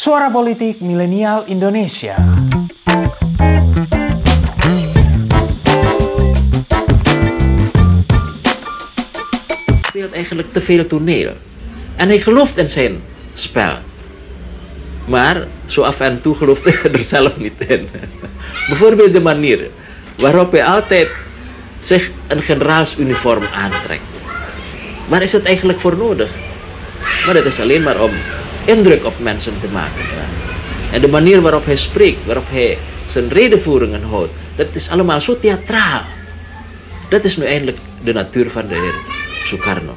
Suara Politik Milenial Indonesia. Speelt eigenlijk te veel toneel. En hij gelooft in zijn spel. Maar zo af en toe gelooft hij er zelf niet in. Bijvoorbeeld de manier waarop hij altijd zich een generaalsuniform aantrekt. Waar is het eigenlijk voor nodig? Maar het is alleen maar om indruk op mensen te maken. En de manier waarop hij spreekt, waarop hij zijn redenvoeringen houdt, dat is allemaal zo theatraal. Dat is nu eindelijk de natuur van de heer Sukarno.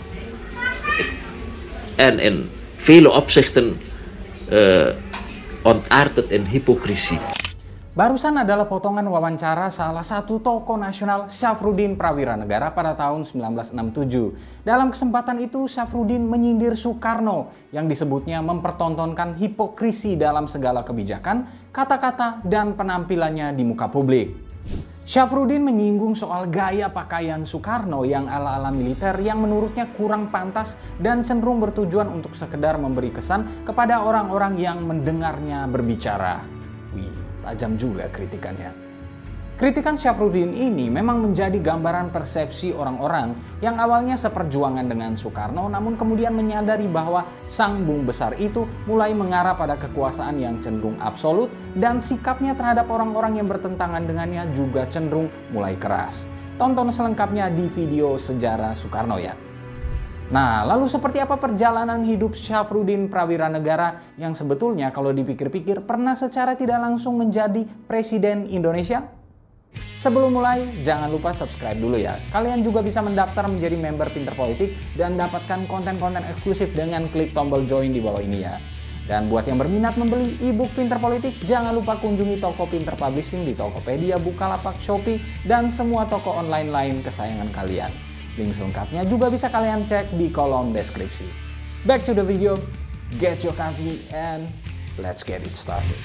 En in vele opzichten ontaardt het in hypocrisie. Barusan adalah potongan wawancara salah satu tokoh nasional Syafruddin Prawiranegara pada tahun 1967. Dalam kesempatan itu Syafruddin menyindir Soekarno yang disebutnya mempertontonkan hipokrisi dalam segala kebijakan, kata-kata, dan penampilannya di muka publik. Syafruddin menyinggung soal gaya pakaian Soekarno yang ala-ala militer yang menurutnya kurang pantas dan cenderung bertujuan untuk sekedar memberi kesan kepada orang-orang yang mendengarnya berbicara. Wih, tajam juga kritikannya. Kritikan Syafruddin ini memang menjadi gambaran persepsi orang-orang yang awalnya seperjuangan dengan Soekarno namun kemudian menyadari bahwa sang bung besar itu mulai mengarah pada kekuasaan yang cenderung absolut dan sikapnya terhadap orang-orang yang bertentangan dengannya juga cenderung mulai keras. Tonton selengkapnya di video Sejarah Soekarno ya. Nah, lalu seperti apa perjalanan hidup Syafruddin Prawiranegara yang sebetulnya kalau dipikir-pikir pernah secara tidak langsung menjadi Presiden Indonesia? Sebelum mulai, jangan lupa subscribe dulu ya. Kalian juga bisa mendaftar menjadi member Pinter Politik dan dapatkan konten-konten eksklusif dengan klik tombol join di bawah ini ya. Dan buat yang berminat membeli e-book Pinter Politik, jangan lupa kunjungi toko Pinter Publishing di Tokopedia, Bukalapak, Shopee, dan semua toko online lain kesayangan kalian. Link selengkapnya juga bisa kalian cek di kolom deskripsi. Back to the video, get your coffee and let's get it started.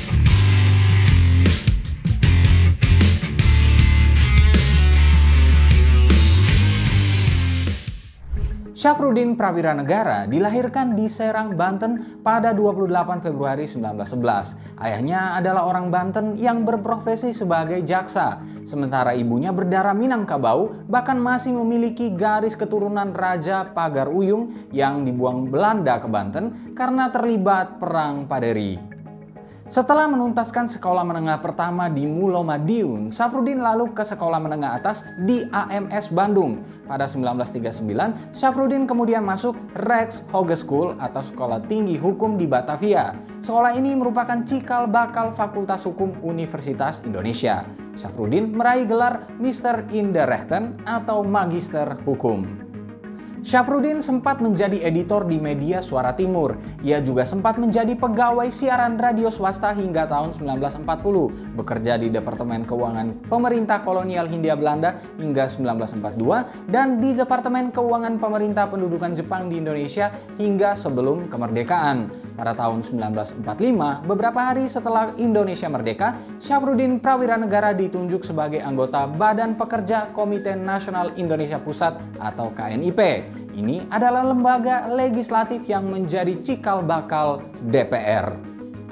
Syafruddin Prawiranegara dilahirkan di Serang, Banten pada 28 Februari 1911. Ayahnya adalah orang Banten yang berprofesi sebagai jaksa, sementara ibunya berdarah Minangkabau, bahkan masih memiliki garis keturunan Raja Pagar Uyung yang dibuang Belanda ke Banten karena terlibat Perang Paderi. Setelah menuntaskan sekolah menengah pertama di Mulo Madiun, Syafruddin lalu ke sekolah menengah atas di AMS Bandung. Pada 1939, Syafruddin kemudian masuk Rex Hogeschool atau Sekolah Tinggi Hukum di Batavia. Sekolah ini merupakan cikal bakal Fakultas Hukum Universitas Indonesia. Syafruddin meraih gelar Mister in the Rechten atau Magister Hukum. Syafruddin sempat menjadi editor di media Suara Timur. Ia juga sempat menjadi pegawai siaran radio swasta hingga tahun 1940, bekerja di Departemen Keuangan Pemerintah Kolonial Hindia Belanda hingga 1942 dan di Departemen Keuangan Pemerintah Pendudukan Jepang di Indonesia hingga sebelum kemerdekaan. Pada tahun 1945, beberapa hari setelah Indonesia merdeka, Syafruddin Prawiranegara ditunjuk sebagai anggota Badan Pekerja Komite Nasional Indonesia Pusat atau KNIP. Ini adalah lembaga legislatif yang menjadi cikal bakal DPR.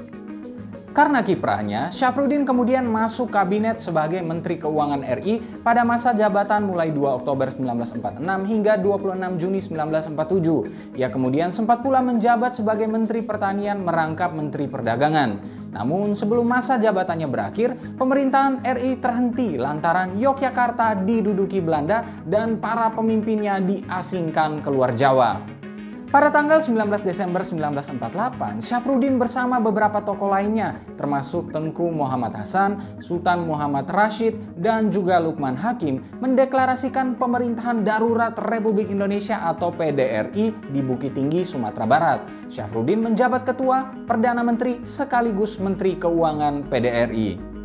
Karena kiprahnya, Syafruddin kemudian masuk kabinet sebagai Menteri Keuangan RI pada masa jabatan mulai 2 Oktober 1946 hingga 26 Juni 1947. Ia kemudian sempat pula menjabat sebagai Menteri Pertanian merangkap Menteri Perdagangan. Namun sebelum masa jabatannya berakhir, pemerintahan RI terhenti lantaran Yogyakarta diduduki Belanda dan para pemimpinnya diasingkan keluar Jawa. Pada tanggal 19 Desember 1948, Syafruddin bersama beberapa tokoh lainnya, termasuk Tengku Muhammad Hasan, Sultan Muhammad Rashid, dan juga Lukman Hakim, mendeklarasikan pemerintahan darurat Republik Indonesia atau PDRI di Bukit Tinggi, Sumatera Barat. Syafruddin menjabat Ketua, Perdana Menteri, sekaligus Menteri Keuangan PDRI.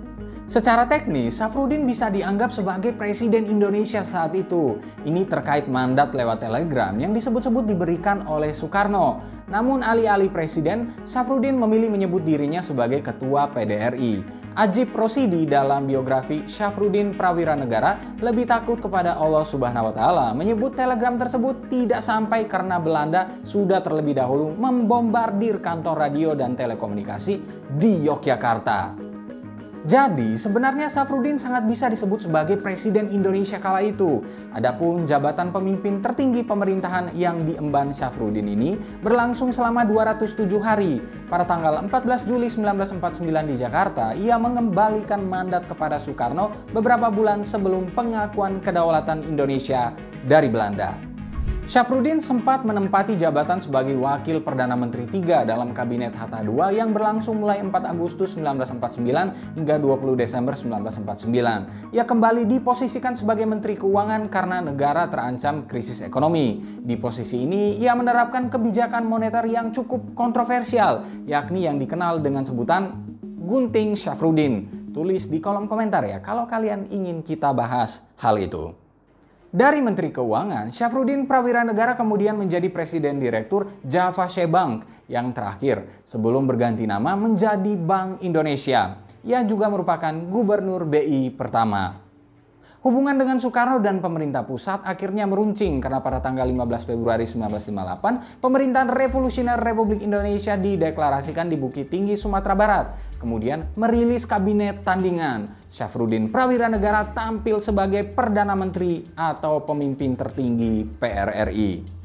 Secara teknis, Syafruddin bisa dianggap sebagai Presiden Indonesia saat itu. Ini terkait mandat lewat telegram yang disebut-sebut diberikan oleh Soekarno. Namun alih-alih Presiden, Syafruddin memilih menyebut dirinya sebagai Ketua PDRI. Ajib Rosidi dalam biografi Syafruddin Prawiranegara lebih takut kepada Allah Subhanahu wa Ta'ala menyebut telegram tersebut tidak sampai karena Belanda sudah terlebih dahulu membombardir kantor radio dan telekomunikasi di Yogyakarta. Jadi sebenarnya Syafruddin sangat bisa disebut sebagai Presiden Indonesia kala itu. Adapun jabatan pemimpin tertinggi pemerintahan yang diemban Syafruddin ini berlangsung selama 207 hari. Pada tanggal 14 Juli 1949 di Jakarta, ia mengembalikan mandat kepada Soekarno beberapa bulan sebelum pengakuan kedaulatan Indonesia dari Belanda. Syafruddin sempat menempati jabatan sebagai Wakil Perdana Menteri III dalam Kabinet Hatta II yang berlangsung mulai 4 Agustus 1949 hingga 20 Desember 1949. Ia kembali diposisikan sebagai Menteri Keuangan karena negara terancam krisis ekonomi. Di posisi ini, ia menerapkan kebijakan moneter yang cukup kontroversial, yakni yang dikenal dengan sebutan Gunting Syafruddin. Tulis di kolom komentar ya kalau kalian ingin kita bahas hal itu. Dari Menteri Keuangan, Syafruddin Prawiranegara kemudian menjadi Presiden Direktur Java Share Bank yang terakhir sebelum berganti nama menjadi Bank Indonesia. Ia juga merupakan Gubernur BI pertama. Hubungan dengan Soekarno dan pemerintah pusat akhirnya meruncing karena pada tanggal 15 Februari 1958, pemerintahan revolusioner Republik Indonesia dideklarasikan di Bukit Tinggi, Sumatera Barat. Kemudian merilis kabinet tandingan. Syafruddin Prawiranegara tampil sebagai Perdana Menteri atau pemimpin tertinggi PRRI.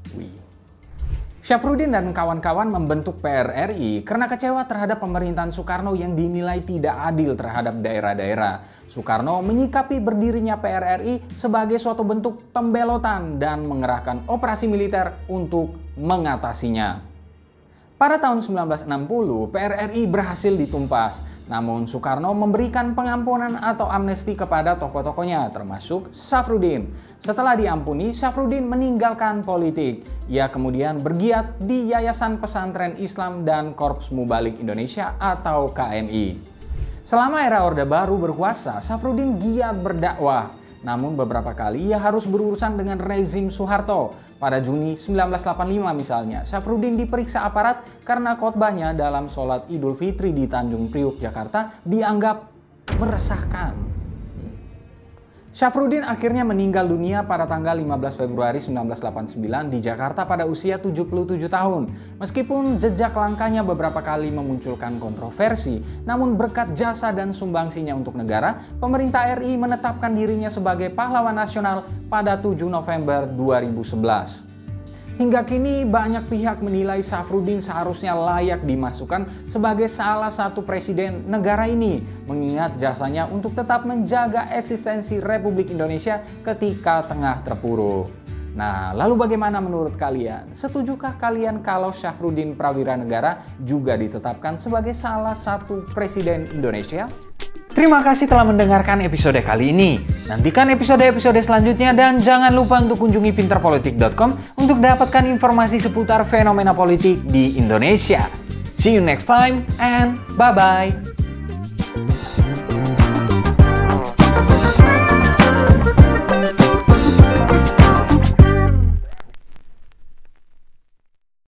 Syafruddin dan kawan-kawan membentuk PRRI karena kecewa terhadap pemerintahan Soekarno yang dinilai tidak adil terhadap daerah-daerah. Soekarno menyikapi berdirinya PRRI sebagai suatu bentuk pembelotan dan mengerahkan operasi militer untuk mengatasinya. Pada tahun 1960, PRRI berhasil ditumpas. Namun Soekarno memberikan pengampunan atau amnesti kepada tokoh-tokohnya, termasuk Syafruddin. Setelah diampuni, Syafruddin meninggalkan politik. Ia kemudian bergiat di Yayasan Pesantren Islam dan Korps Mubalik Indonesia atau KMI. Selama era Orde Baru berkuasa, Syafruddin giat berdakwah. Namun beberapa kali ia harus berurusan dengan rezim Soeharto. Pada Juni 1985 misalnya, Syafruddin diperiksa aparat karena khotbahnya dalam sholat Idul Fitri di Tanjung Priuk, Jakarta dianggap meresahkan. Syafruddin akhirnya meninggal dunia pada tanggal 15 Februari 1989 di Jakarta pada usia 77 tahun. Meskipun jejak langkahnya beberapa kali memunculkan kontroversi, namun berkat jasa dan sumbangsinya untuk negara, pemerintah RI menetapkan dirinya sebagai pahlawan nasional pada 7 November 2011. Hingga kini banyak pihak menilai Syafruddin seharusnya layak dimasukkan sebagai salah satu presiden negara ini, mengingat jasanya untuk tetap menjaga eksistensi Republik Indonesia ketika tengah terpuruk. Nah, lalu bagaimana menurut kalian? Setujukah kalian kalau Syafruddin Prawiranegara juga ditetapkan sebagai salah satu presiden Indonesia? Terima kasih telah mendengarkan episode kali ini. Nantikan episode-episode selanjutnya dan jangan lupa untuk kunjungi pinterpolitik.com untuk dapatkan informasi seputar fenomena politik di Indonesia. See you next time and bye-bye.